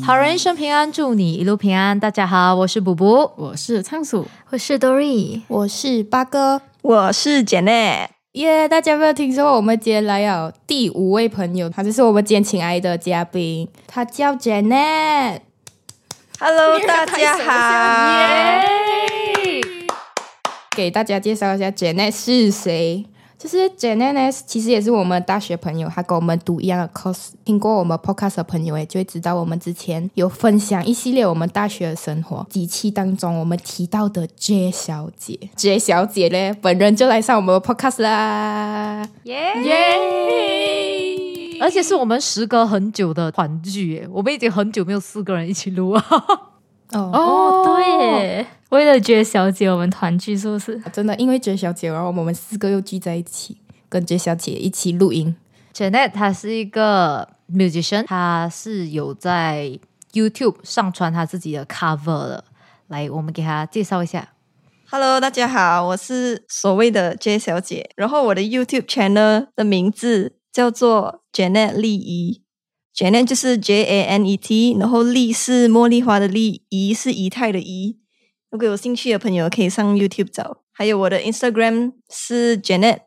好人一生平安，祝你一路平安。大家好，我是补补， 我是仓鼠， 我是 Dory， 我是八哥， 我是 Janet。 耶！大家有没有听说我们今天来了第5位朋友？他就是我们今天请来的嘉宾，他叫 Janet。 Hello， 大家好。 给大家介绍一下 Janet 是谁。就是 Janet 呢，其实也是我们大学朋友，他跟我们读一样的 course。听过我们 podcast 的朋友就会知道，我们之前有分享一系列我们大学的生活。几期当中我们提到的 J 小姐呢，本人就来上我们的 podcast 啦， 耶！而且是我们时隔很久的团聚耶，我们已经很久没有4个人一起录啊。 对耶，为了J小姐我们团聚是不是？ 真的因为J小姐，然后我们4个又聚在一起，跟J小姐一起录音。 Janet 她是一个 musician， 她是有在 YouTube 上传她自己的 cover 的。来，我们给她介绍一下。 Hello， 大家好，我是所谓的 J 小姐，然后我的 YouTube channel 的名字叫做 Janet 丽怡。Janet 就是 Janet， 然后丽是茉莉花的丽，怡是仪态的怡。如果有兴趣的朋友可以上 YouTube 找，还有我的 Instagram 是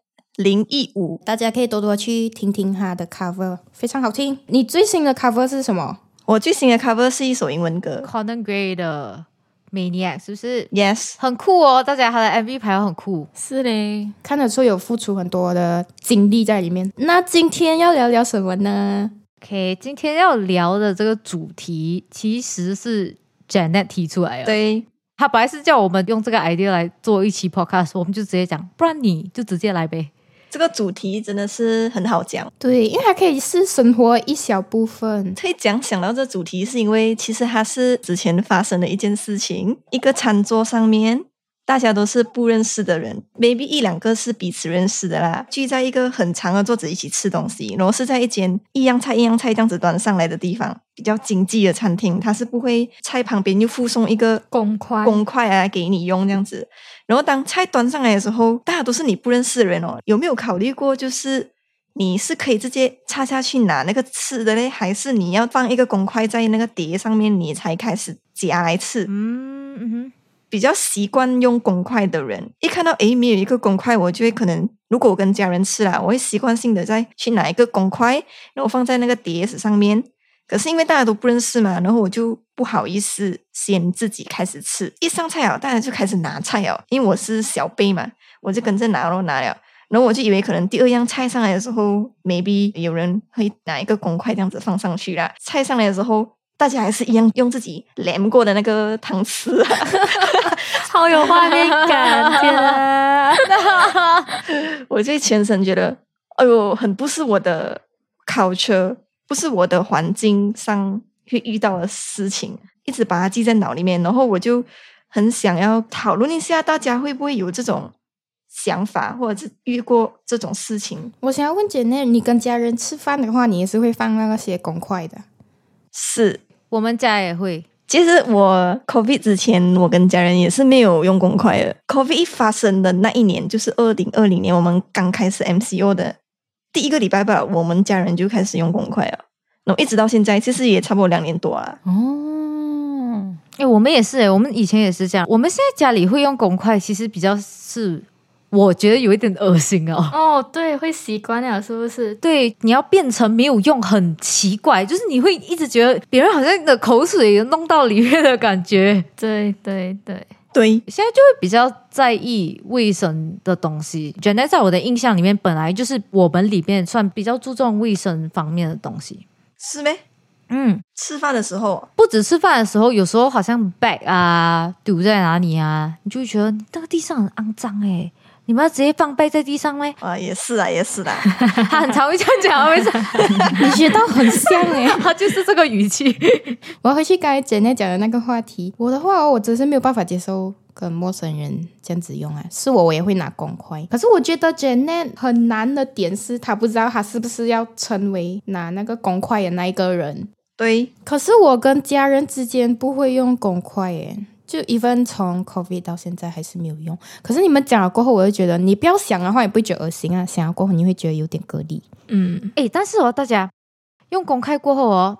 Janet015， 大家可以多多去听听她的 cover， 非常好听。你最新的 cover 是什么？ 我最新的 cover 是一首英文歌 Conan Gray 的 Maniac 是不是？ Yes， 很酷哦，大家他的 MV 拍得很酷。 是嘞， 看得出有付出很多的精力在里面。那今天要聊聊什么呢？ OK， 今天要聊的这个主题其实是 Janet 提出来的。 对， 他本来是叫我们用这个 idea 来做一期 podcast， 我们就直接讲，不然你就直接来呗。 这个主题真的是很好讲。 对，因为它可以是生活一小部分。 可以想到这主题是因为其实它是之前发生的一件事情。一个餐桌上面大家都是不认识的人， maybe 1-2个是彼此认识的啦，聚在一个很长的桌子一起吃东西，然后是在一间一样菜这样子端上来的地方，比较经济的餐厅，它是不会菜旁边又附送一个公筷啊给你用这样子。然后当菜端上来的时候，大家都是你不认识的人哦，有没有考虑过就是你是可以直接插下去拿那个吃的嘞，还是你要放一个公筷在那个碟上面你才开始夹来吃？比较习惯用公筷的人，一看到没有一个公筷，我就会可能如果我跟家人吃啦，我会习惯性的再去拿一个公筷，然后放在那个碟子上面。可是因为大家都不认识嘛，然后我就不好意思先自己开始吃。一上菜大家就开始拿菜因为我是小辈嘛，我就跟着拿了，然后我就以为可能第2样菜上来的时候 maybe 有人会拿一个公筷这样子放上去啦。菜上来的时候大家还是一样用自己舔过的那个汤匙超有画面感我就全身觉得哎呦，很不是我的 culture， 不是我的环境上会遇到的事情，一直把它记在脑里面。然后我就很想要讨论一下，大家会不会有这种想法，或者是遇过这种事情。 我想要问姐妹，你跟家人吃饭的话，你也是会放那些公筷的？ 是， 我们家也会。 其实我 COVID 之前，我跟家人也是没有用公筷的。COVID 一发生的那一年，就是2020年，我们刚开始 MCO 的第1个礼拜吧，我们家人就开始用公筷了。然后一直到现在，其实也差不多2年多了。 我们也是我们以前也是这样。我们现在家里会用公筷，其实比较是我觉得有一点恶心对，会习惯了是不是？ 对，你要变成没有用很奇怪，就是你会一直觉得别人好像你的口水弄到里面的感觉。 对， 现在就会比较在意卫生的东西。Janet 在我的印象里面本来就是我们里面算比较注重卫生方面的东西。 是咩？吃饭的时候， 不止吃饭的时候，有时候好像 bag 啊丢在哪里啊，你就会觉得那个地上很肮脏你们要直接放bag在地上吗？ 也是啦他很常会这样讲，为什么？ 你学到很像他就是这个语气。 我要回去刚才姐妹讲的那个话题。我的话我真是没有办法接受跟陌生人这样子用是我也会拿公筷。可是我觉得 Janet 很难的点是她不知道她是不是要成为拿那个公筷的那一个人。 对， 可是我跟家人之间不会用公筷就 even 从 COVID 到现在还是没有用。可是你们讲了过后，我就觉得你不要想的话也不会觉得恶心啊，想了过后你会觉得有点隔离。 但是大家用公筷过后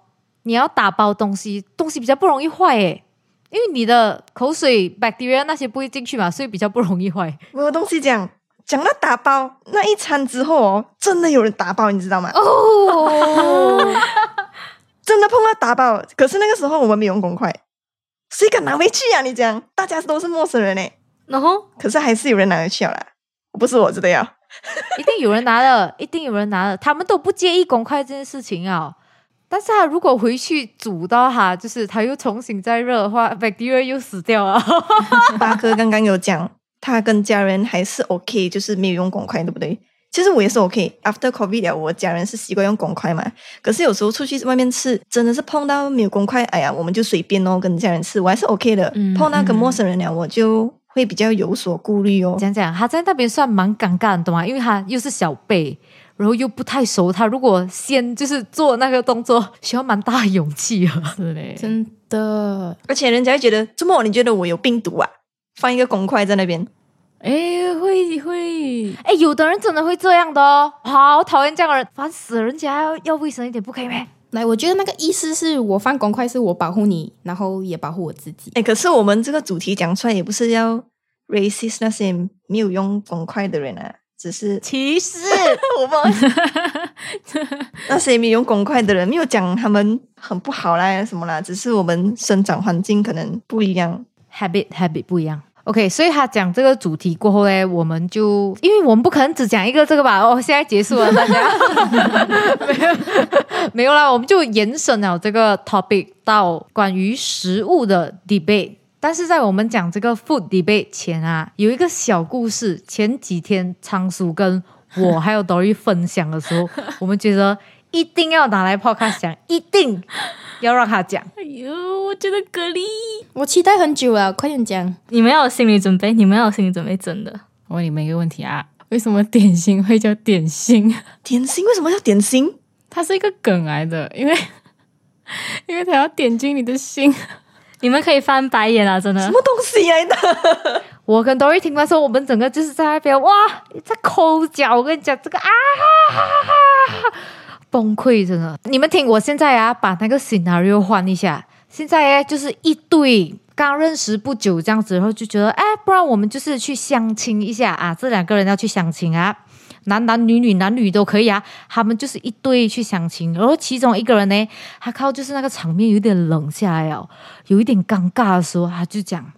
你要打包东西比较不容易坏诶，因为你的口水 bacteria 那些不会进去嘛，所以比较不容易坏。 我有东西讲到打包那一餐之后哦，真的有人打包，你知道吗？真的碰到打包，可是那个时候我们没有用公筷，谁敢拿回去啊？你讲，大家都是陌生人诶， 然后可是还是有人拿回去了啦，不是我真的要。 一定有人拿了，一定有人拿了，他们都不介意公筷这件事情啊。但是他如果回去煮到他，就是他又重新再热的话 ，bacteria 又死掉了。 八哥刚刚有讲，他跟家人还是 OK， 就是没有用公筷，对不对？其实我也是 OK。After COVID 了，我家人是习惯用公筷嘛。可是有时候出去外面吃，真的是碰到没有公筷，哎呀，我们就随便哦，跟家人吃，我还是 OK 的。碰到跟陌生人了，我就会比较有所顾虑哦。 讲他在那边算蛮尴尬的，懂吗？因为他又是小辈，然后又不太熟，他如果先就是做那个动作，需要蛮大的勇气啊。 是嘞， 真的。 而且人家会觉得，怎么你觉得我有病毒啊？放一个公筷在那边。 会， 有的人真的会这样的哦，好讨厌这样的人，烦死了！人家要卫生一点，不可以咩？ 来，我觉得那个意思是我放公筷是我保护你，然后也保护我自己。 可是我们这个主题讲出来也不是要 racist 那些没有用公筷的人啊，只是歧视我不那些没有用公筷的人，没有讲他们很不好啦什么啦，只是我们生长环境可能不一样 ，habit 不一样。OK， 所以他讲这个主题过后呢，我们就因为我们不可能只讲一个这个吧，现在结束了，大家没有啦，我们就延伸了这个 topic 到关于食物的 debate。但是在我们讲这个 food debate 前啊，有一个小故事，前几天仓鼠跟我还有 Dory 分享的时候，我们觉得一定要拿来 podcast 讲，一定要让他讲。 哎呦，我觉得蛤蜊， 我期待很久了，快点讲。 你们要有心理准备，真的。 我问你们一个问题啊，为什么点心会叫点心？ 点心为什么叫点心？ 它是一个梗来的，因为它要点进你的心。 你们可以翻白眼啊，真的。 什么东西来的？ 我跟 Dory 听完说，我们整个就是在那边哇，在抠脚。我跟你讲，这个崩溃，真的。你们听，我现在啊，把那个 scenario 换一下。现在就是一对刚认识不久这样子，然后就觉得，不然我们就是去相亲一下啊，这两个人要去相亲啊。男男女女，男女都可以啊，他们就是一对去相亲，然后其中一个人呢，他靠就是那个场面有点冷下来了，有一点尴尬的时候，他就讲，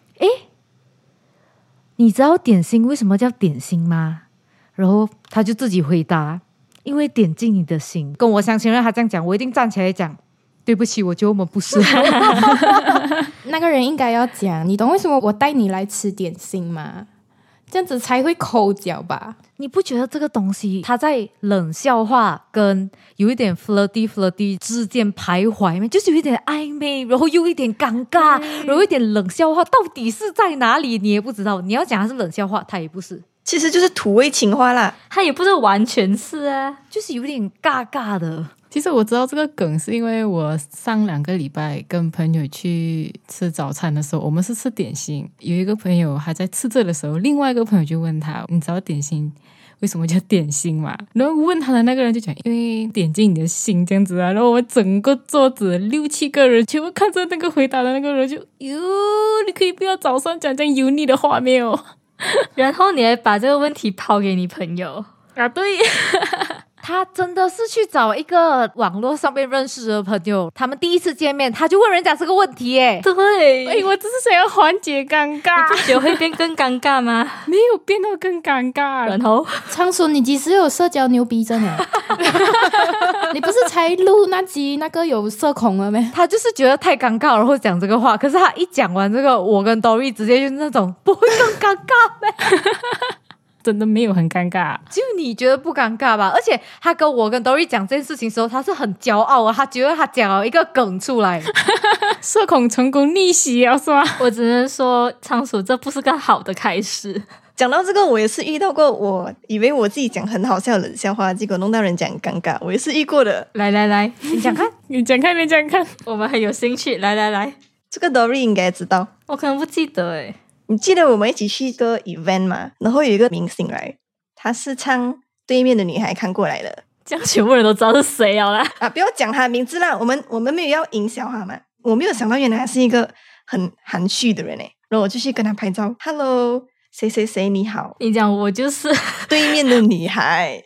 你知道点心为什么叫点心吗？然后他就自己回答，因为点进你的心。跟我相亲人他这样讲，我一定站起来讲，对不起，我觉得我们不适合。 那个人应该要讲，你懂为什么我带你来吃点心吗？这样子才会抠脚吧？ 你不觉得这个东西它在冷笑话跟有一点 flirty 之间徘徊吗？就是有一点暧昧，然后又一点尴尬，然后一点冷笑话，到底是在哪里？你也不知道。你要讲它是冷笑话，它也不是， 其实就是土味情话啦。 它也不是完全是啊， 就是有点尬尬的。 其实我知道这个梗是因为我上2个礼拜跟朋友去吃早餐的时候，我们是吃点心，有一个朋友还在吃这的时候，另外一个朋友就问他，你知道点心为什么叫点心吗？然后问他的那个人就讲，因为点进你的心这样子啊。然后我整个桌子6、7个人全部看着那个回答的那个人就，你可以不要早上讲这样油腻的话没有？ 然后你还把这个问题抛给你朋友啊？对。 他真的是去找一个网络上面认识的朋友，他们第一次见面，他就问人家这个问题耶。 对， 我只是想要缓解尴尬。 你不觉得会变更尴尬吗？ 没有变到更尴尬。 然后昌叔，你几时有社交牛逼症啊？你不是才录那集那个有社恐了没？ 他就是觉得太尴尬了，然后讲这个话。可是他一讲完这个，我跟 Dory 直接就是那种不会更尴尬咩？ 真的没有很尴尬， 就你觉得不尴尬吧？而且他跟我跟 Dory 讲这件事情的时候，他是很骄傲啊，他觉得他讲了一个梗出来， 社恐成功逆袭了是吗？ 我只能说，仓鼠这不是个好的开始。 讲到这个，我也是遇到过，我以为我自己讲很好笑的冷笑话，结果弄到人讲尴尬，我也是遇过的。 来， 你讲看， 你讲看， 我们很有兴趣。来， 这个 Dory 应该知道， 我可能不记得诶。 你记得我们一起去一个 event 吗？然后有一个明星来，他是唱对面的女孩看过来的。 这样全部人都知道是谁了啦。 啊，不要讲他的名字啦，我们没有要营销他嘛。我没有想到原来他是一个很含蓄的人诶，然后我就去跟他拍照 ，Hello， 谁谁谁你好， 你讲我就是对面的女孩。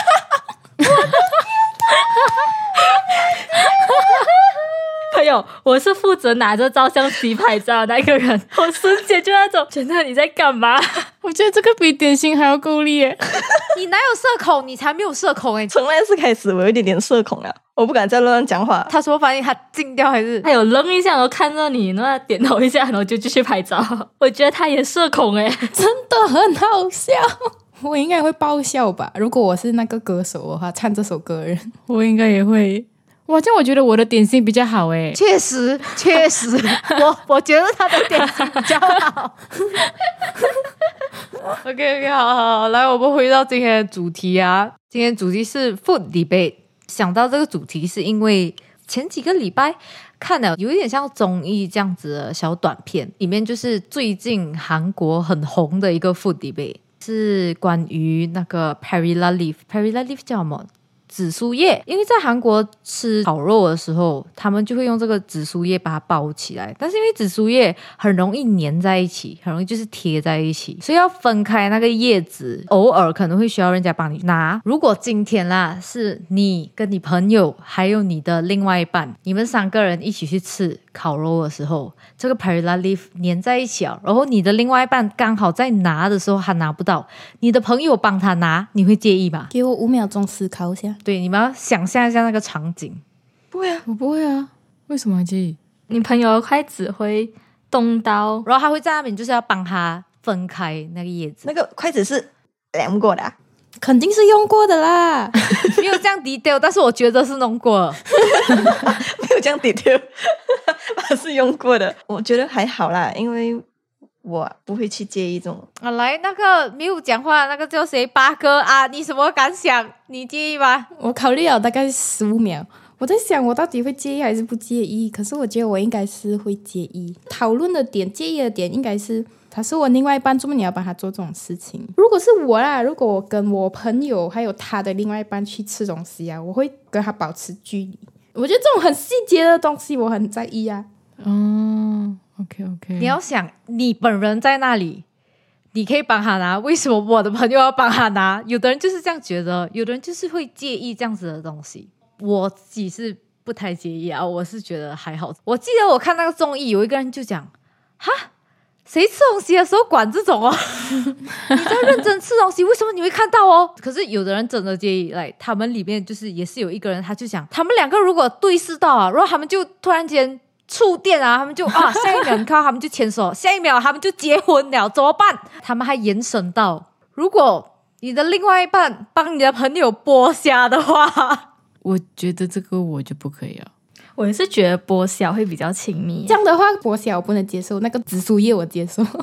朋友，我是负责拿着照相机拍照的那个人，我瞬间就那种觉得你在干嘛？ 我觉得这个比点心还要够力耶。 你哪有社恐？你才没有社恐从那次开始，我有一点点社恐了，我不敢再乱讲话。 他什么反应？他静掉还是？ 他有愣一下，然后看着你，然后他点头一下，然后就继续拍照。我觉得他也社恐诶， 真的很好笑。我应该会爆笑吧？如果我是那个歌手的话，唱这首歌的人， 我应该也会。哇，这样我觉得我的点心比较好诶。 确实，我觉得他的点心比较好。OK， 好，来，我们回到今天的主题啊。今天主题是 food debate。想到这个主题是因为前几个礼拜看了有一点像综艺这样子的小短片，里面就是最近韩国很红的一个 food debate， 是关于那个 Perilla Leaf 叫什么？紫苏叶。因为在韩国吃烤肉的时候，他们就会用这个紫苏叶把它包起来，但是因为紫苏叶很容易粘在一起，很容易就是贴在一起，所以要分开那个叶子，偶尔可能会需要人家帮你拿。如果今天啦是你跟你朋友还有你的另外一半，你们3个人一起去吃烤肉的时候，这个 Perilla Leaf 粘在一起啊，然后你的另外一半刚好在拿的时候他拿不到，你的朋友帮他拿，你会介意吗？ 给我5秒钟思考一下。 对，你们要想象一下那个场景。 不会啊， 我不会啊，为什么要介意？ 你朋友的筷子会动到， 然后他会在那边就是要帮他分开那个叶子， 那个筷子是量过的啊。 肯定是用过的啦。 没有这样 detail， 但是我觉得是弄过了。 没有这样 detail， 是用过的。我觉得还好啦，因为我不会去介意这种。 啊，来，那个没有讲话，那个叫谁？八哥啊，你什么感想？你介意吗？ 我考虑了大概15秒，我在想我到底会介意还是不介意。可是我觉得我应该是会介意。讨论的点、介意的点应该是他是我另外一半，做么你要帮他做这种事情？如果是我啦，如果我跟我朋友还有他的另外一半去吃东西啊，我会跟他保持距离。我觉得这种很细节的东西我很在意啊。 哦，OK， 你要想，你本人在那里，你可以帮他拿，为什么我的朋友要帮他拿？有的人就是这样觉得，有的人就是会介意这样子的东西。我自己是不太介意啊，我是觉得还好。我记得我看那个综艺，有一个人就讲，哈，谁吃东西的时候管这种哦？你在认真吃东西，为什么你会看到哦？可是有的人真的介意，来，他们里面就是也是有一个人，他就讲，他们2个如果对视到啊，然后他们就突然间触电啊，他们就啊，下一秒你看到他们就牵手，下一秒他们就结婚了，怎么办？他们还延伸到，如果你的另外一半帮你的朋友剥虾的话， 我觉得这个我就不可以了。 我也是觉得剥虾会比较亲密。 这样的话，剥虾我不能接受，那个紫苏叶我接受。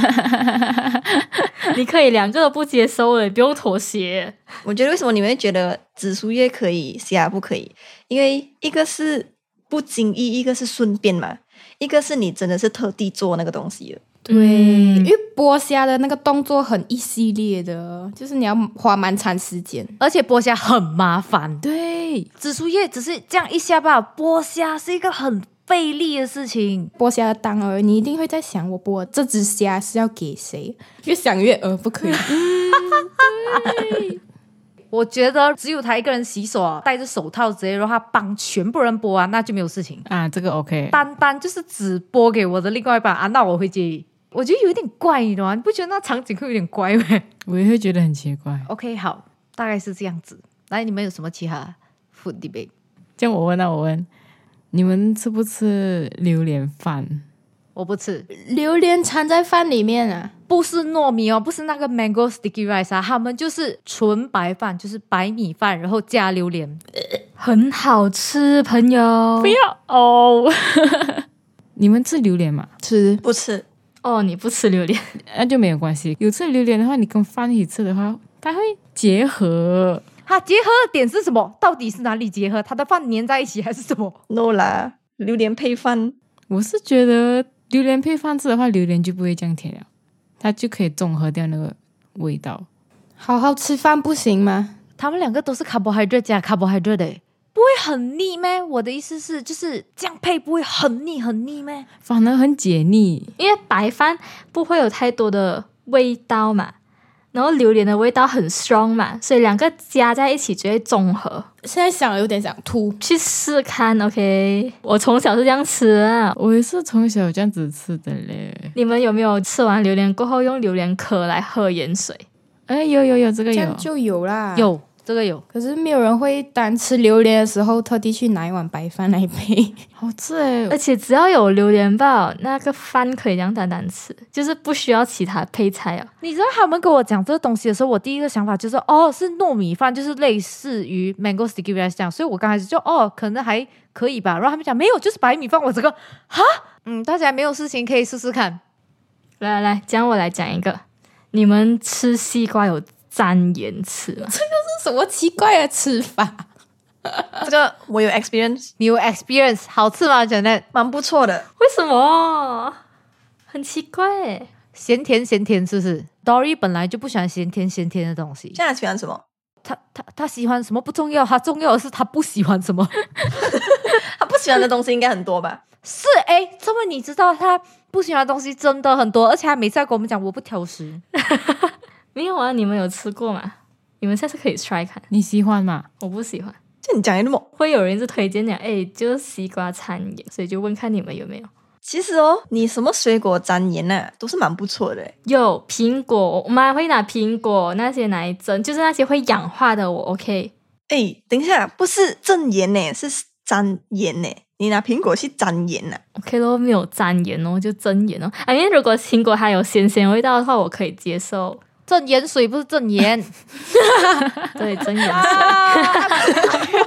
你可以2个都不接受了，不用妥协。 我觉得为什么你们会觉得紫苏叶可以，虾不可以？因为一个是不经意，一个是顺便嘛，一个是你真的是特地做那个东西的。 对，因为剥虾的那个动作很一系列的，就是你要花蛮长时间。 而且剥虾很麻烦。 对， 紫苏叶只是这样一下吧，剥虾是一个很费力的事情。 剥虾的当儿，你一定会在想，我剥这只虾是要给谁？越想越不可以。 我觉得只有他一个人洗手啊，戴着手套直接让他帮全部人剥啊，那就没有事情。 啊，这个 OK。 单就是只剥给我的另外一半啊，那我会介意。我觉得有点怪，你懂吗？你不觉得那场景会有点怪吗我也会觉得很奇怪。 ？OK， 好，大概是这样子。来，你们有什么其他 food debate？ 这样我问，你们吃不吃榴莲饭？ 我不吃， 榴莲掺在饭里面啊？ 不是糯米哦，不是那个 mango sticky rice 啊，他们就是纯白饭，就是白米饭，然后加榴莲。 很好吃，朋友。 不要哦！你们吃榴莲吗？ 吃不吃。 哦，你不吃榴莲， 那就没有关系。有吃榴莲的话，你跟饭一起吃的话，它会结合。 它结合的点是什么？到底是哪里结合？它的饭粘在一起还是什么？ No 啦，榴莲配饭。 我是觉得榴莲配饭吃的话，榴莲就不会这样甜了，它就可以中和掉那个味道。 好好吃饭不行吗？ 他们两个都是 carbohydrate 加 carbohydrate 的，不会很腻咩？我的意思是，就是这样配不会很腻咩？ 反而很解腻。 因为白饭不会有太多的味道嘛，然后榴莲的味道很 strong 嘛，所以两个加在一起就会综合。 现在想了有点想吐。 去试看 ，OK？ 我从小是这样吃啊。 我也是从小这样子吃的嘞。 你们有没有吃完榴莲过后用榴莲壳来喝盐水？ 哎，有这个有这样，就有啦。 有这个有， 可是没有人会单吃榴莲的时候特地去拿一碗白饭来配。 好吃哎！ 而且只要有榴莲包，那个饭可以这样单单吃，就是不需要其他配菜啊。 你知道他们跟我讲这个东西的时候，我第一个想法就是是糯米饭，就是类似于 mango sticky rice 这样，所以我刚开始就可能还可以吧。然后他们讲没有，就是白米饭。我这个大家没有事情可以试试看。 来，这样我来讲一个，你们吃西瓜有沾盐吃吗？ 这是什么奇怪的吃法？ 这个我有 experience， 你有 experience 好吃吗？Janet 蛮不错的。 为什么？很奇怪耶。 咸甜是不是 ？Dory 本来就不喜欢咸甜的东西。 现在喜欢什么？ 他喜欢什么不重要，他重要的是他不喜欢什么。 他不喜欢的东西应该很多吧？ 是这么你知道他不喜欢的东西真的很多，而且他每次要跟我们讲我不挑食。 没有啊，你们有吃过吗？你们下次可以 try 看。 你喜欢吗？ 我不喜欢。 就你讲的那么， 会有人是推荐讲，就是西瓜掺盐，所以就问看你们有没有。 其实你什么水果沾盐啊，都是蛮不错的。 有苹果，我妈会拿苹果那些来蒸，就是那些会氧化的我 OK。 等一下，不是正盐呢，是沾盐呢。你拿苹果去沾盐啊 OK 咯，没有沾盐哦，就蒸盐哦。因为如果苹果还有咸味道的话，我可以接受。 正盐水不是正盐。 对，蒸盐水。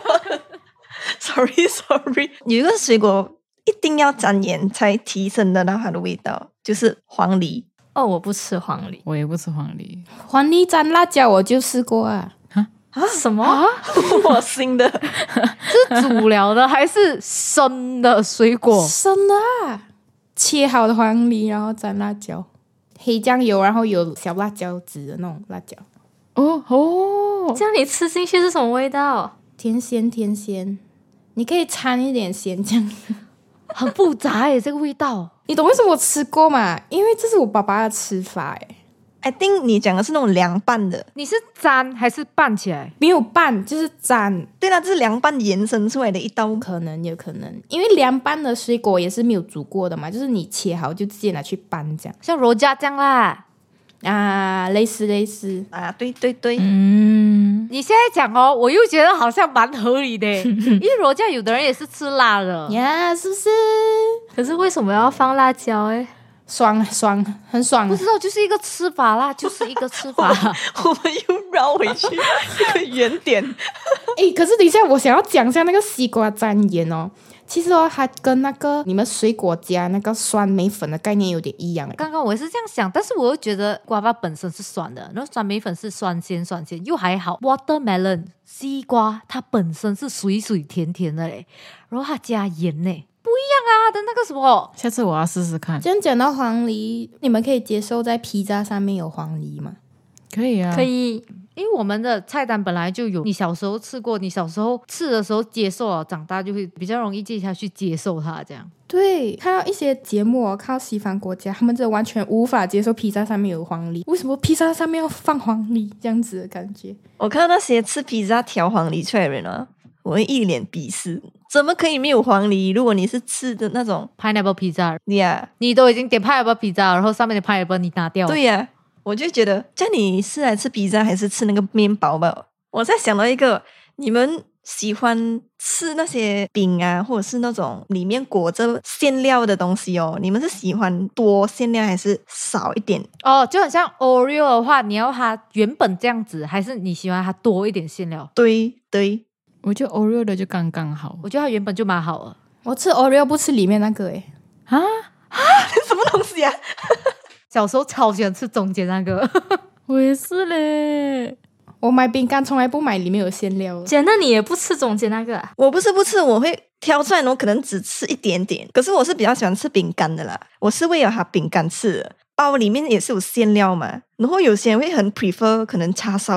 Sorry， 有一个水果一定要沾盐才提升得到它的味道，就是黄梨。 我不吃黄梨。 我也不吃黄梨。 黄梨沾辣椒我就试过啊。 什么？ 我新的是煮了的还是生的水果？ 生的啊，切好的黄梨，然后沾辣椒，黑酱油，然后有小辣椒籽的那种辣椒。 这样你吃进去是什么味道？ 甜咸，你可以掺一点咸酱。 很复杂这个味道。 你懂为什么我吃过吗？因为这是我爸爸的吃法 I think 你讲的是那种凉拌的。 你是沾还是拌起来？ 没有拌就是沾。 对啦，这是凉拌延伸出来的一道。 有可能，因为凉拌的水果也是没有煮过的嘛，就是你切好就直接拿去拌这样。 像罗家这样啦。 类似啊，对。 你现在讲我又觉得好像蛮合理的。因为罗家有的人也是吃辣的呀，是不是？ 可是为什么要放辣椒爽，很爽。 不知道，就是一个吃法啦，就是一个吃法。 我们又绕回去一个原点。 可是等一下，我想要讲一下那个西瓜沾盐其实它跟那个你们水果加那个酸梅粉的概念有点一样刚刚我也是这样想，但是我又觉得瓜巴本身是酸的，然后酸梅粉是酸鲜又还好。Watermelon 西瓜它本身是水甜的嘞，然后它加盐嘞，不一样啊的那个什么。 下次我要试试看。 这样讲到黄梨，你们可以接受在披萨上面有黄梨吗？ 可以啊， 可以。 因为我们的菜单本来就有，你小时候吃过，你小时候吃的时候接受了，长大就会比较容易接下去接受它这样。 对，看到一些节目看到西方国家，他们真的完全无法接受披萨上面有黄梨。为什么披萨上面要放黄梨？这样子的感觉。 我看到那些吃披萨挑黄梨出来的人我会一脸鄙视，怎么可以没有黄梨？如果你是吃的那种 pineapple pizza， 你都已经点 pineapple pizza， 然后上面的 pineapple 你拿掉。 对呀，我就觉得，叫你是来吃披萨还是吃那个面包吧？我在想到一个，你们喜欢吃那些饼啊，或者是那种里面裹着馅料的东西你们是喜欢多馅料还是少一点？ 就很像 Oreo 的话，你要它原本这样子，还是你喜欢它多一点馅料？ 对， 我觉得 Oreo 的就刚刚好。 我觉得它原本就蛮好了。 我吃 Oreo 不吃里面那个什么东西啊？ 小时候超喜欢吃中间那个。 我也是嘞。 我买饼干从来不买里面有馅料。 那你也不吃中间那个啊？ 我不是不吃，我会挑出来我可能只吃一点点。可是我是比较喜欢吃饼干的啦，我是为了它饼干吃的。包里面也是有馅料嘛，然后有些人会很 prefer 可能叉烧要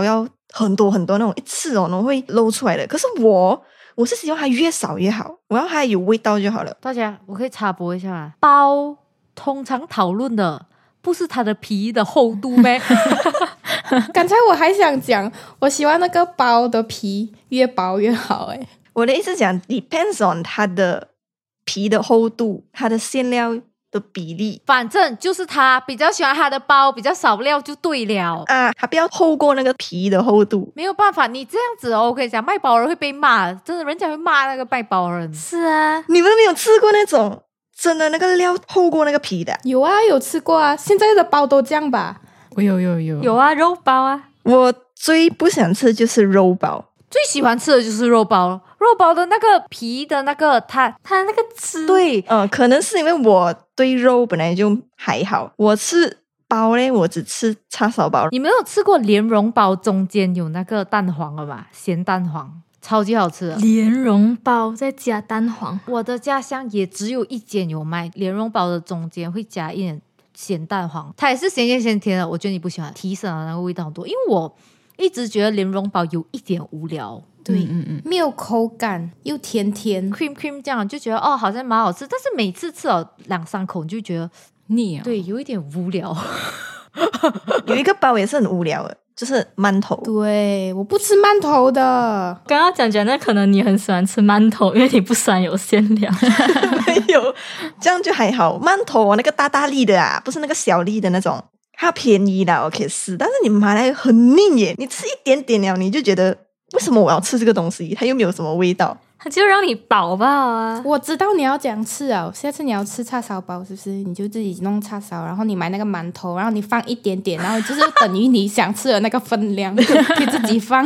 很多很多那种一次然后会漏出来的。可是我是希望它越少越好，我要它有味道就好了。 大家我可以插播一下吗？包通常讨论的不是它的皮的厚度咩？ 刚才我还想讲，我喜欢那个包的皮越薄越好。 我的意思讲 depends on 它的皮的厚度，它的馅料的比例反正就是他比较喜欢他的包比较少料就对了。 啊，它不要厚过那个皮的厚度。 没有办法，你这样子我跟你讲，卖包人会被骂，真的，人家会骂那个卖包人。 是啊， 你们没有吃过那种真的那个料厚过那个皮的？ 有啊，有吃过啊，现在的包都这样吧？ 我有有啊，肉包啊。 我最不想吃就是肉包， 最喜欢吃的就是肉包，肉包的那个皮的那个它那个汁， 对， 可能是因为我对肉本来就还好，我吃包嘞，我只吃叉烧包。 你们有吃过莲蓉包中间有那个蛋黄了吧？咸蛋黄超级好吃的。 莲蓉包再加蛋黄， 我的家乡也只有一间有卖莲蓉包的，中间会加一点咸蛋黄，它也是咸咸咸甜的。我觉得你不喜欢，提升了那个味道很多，因为我一直觉得莲蓉包有一点无聊。 对，没有口感，又甜甜 cream 这样就觉得好像蛮好吃，但是每次吃了2-3口你就觉得腻啊。 对，有一点无聊。 有一个包也是很无聊的，就是馒头。 对，我不吃馒头的。 刚刚讲那可能你很喜欢吃馒头，因为你不喜欢有馅料。 没有，这样就还好。馒头那个大大粒的啊，不是那个小粒的那种，它便宜啦，我可以吃。但是你买来很腻耶，你吃一点点了，你就觉得为什么我要吃这个东西？它又没有什么味道。 它就让你饱吧啊！ 我知道你要怎样吃啊，下次你要吃叉烧包是不是？你就自己弄叉烧，然后你买那个馒头，然后你放一点点，然后就是等于你想吃的那个分量，可以自己放。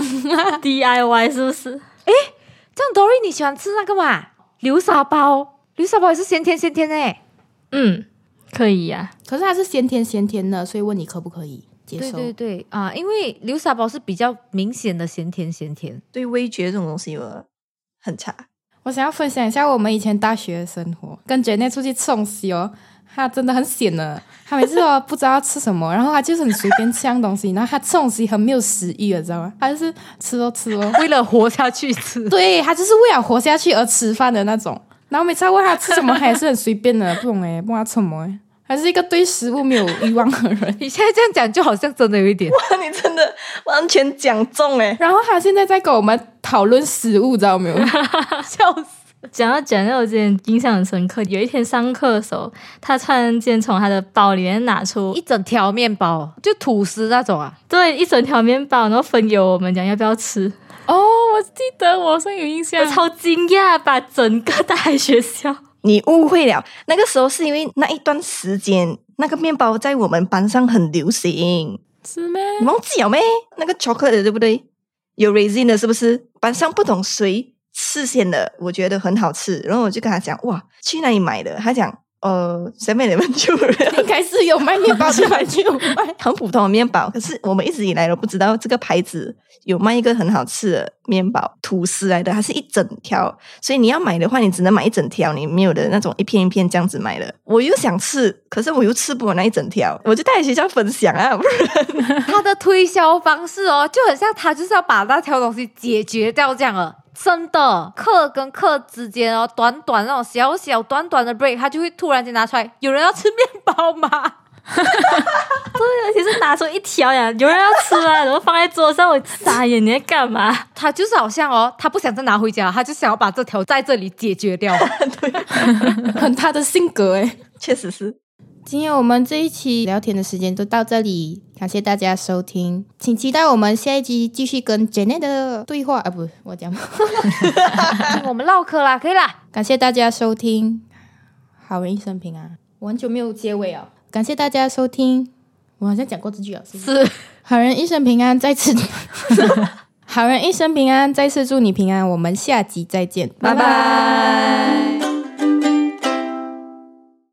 DIY 是不是？ 这样 Dory 你喜欢吃那个嘛？流沙包也是咸甜可以呀。 可是它是咸甜的，所以问你可不可以接受？ 对啊，因为流沙包是比较明显的咸甜。 对味觉这种东西我很差。 我想要分享一下我们以前大学的生活，跟 Janet 出去吃东西他真的很闲的，他每次不知道要吃什么，然后他就是很随便吃样东西，然后他吃东西很没有食欲的，知道吗？他就是吃为了活下去吃。 对，他就是为了活下去而吃饭的那种。然后每次问他吃什么，他也是很随便的，不懂不知道吃什么还是一个对食物没有欲望的人。 你现在这样讲，就好像真的有一点。 哇，你真的完全讲中然后他现在在跟我们讨论食物，知道没有？ 笑死！ 讲到Janet，我之前印象很深刻。有一天上课的时候，他突然间从他的包里面拿出一整条面包，就吐司那种啊。 对，一整条面包，然后分给我们，讲要不要吃。 我记得我好像有印象我，超惊讶，把整个大学校。 你误会了，那个时候是因为那一段时间那个面包在我们班上很流行。 是咩？ 你忘记了咩？那个 chocolate 的对不对？有 raisin 的是不是？班上不懂谁吃先的，我觉得很好吃，然后我就跟他讲，哇，去哪里买的？他讲7-Eleven 就应该是有卖面包的地方就有卖， 很普通的面包。可是我们一直以来都不知道这个牌子有卖一个很好吃的面包，吐司来的，它是一整条，所以你要买的话，你只能买一整条，你没有的那种一片一片这样子买的。我又想吃，可是我又吃不完那一整条，我就带学校分享啊，不然他的推销方式就很像他就是要把那条东西解决掉这样了。真的，课跟课之间短短那种小短的 break， 他就会突然间拿出来，有人要吃面包吗？ 对，而且是拿出一条呀，有人要吃啊，然后放在桌上，我傻眼，你在干嘛？ 他就是好像他不想再拿回家，他就想要把这条在这里解决掉。 对， 很他的性格确实是。 今天我们这一期聊天的时间就到这里，感谢大家收听，请期待我们下一集继续跟 Janet 的对话不，我讲听我们唠嗑啦，可以啦。 感谢大家收听，好人一生平安。我很久没有结尾感谢大家收听，我好像讲过这句是好人一生平安，再次好人一生平安，再次祝你平安，我们下集再见，拜拜。